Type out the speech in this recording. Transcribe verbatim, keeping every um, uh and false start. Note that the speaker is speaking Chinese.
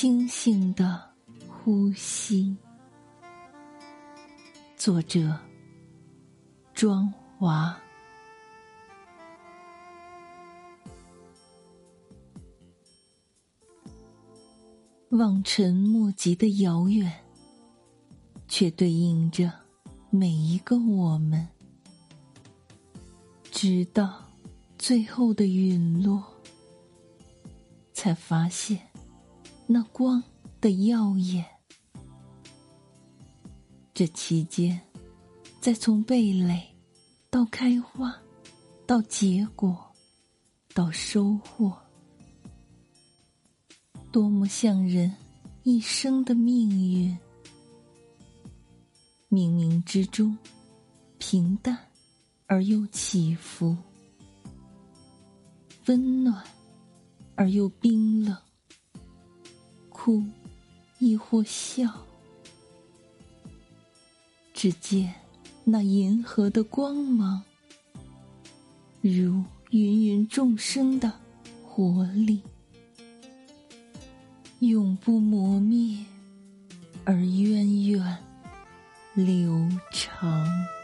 清醒的呼吸。作者：庄华。望尘莫及的遥远，却对应着每一个我们。直到最后的陨落，才发现那光的耀眼。这期间，再从蓓蕾到开花，到结果，到收获，多么像人一生的命运。冥冥之中，平淡而又起伏，温暖而又冰冷，哭亦或笑。只见那银河的光芒，如芸芸众生的活力，永不磨灭，而源远流长。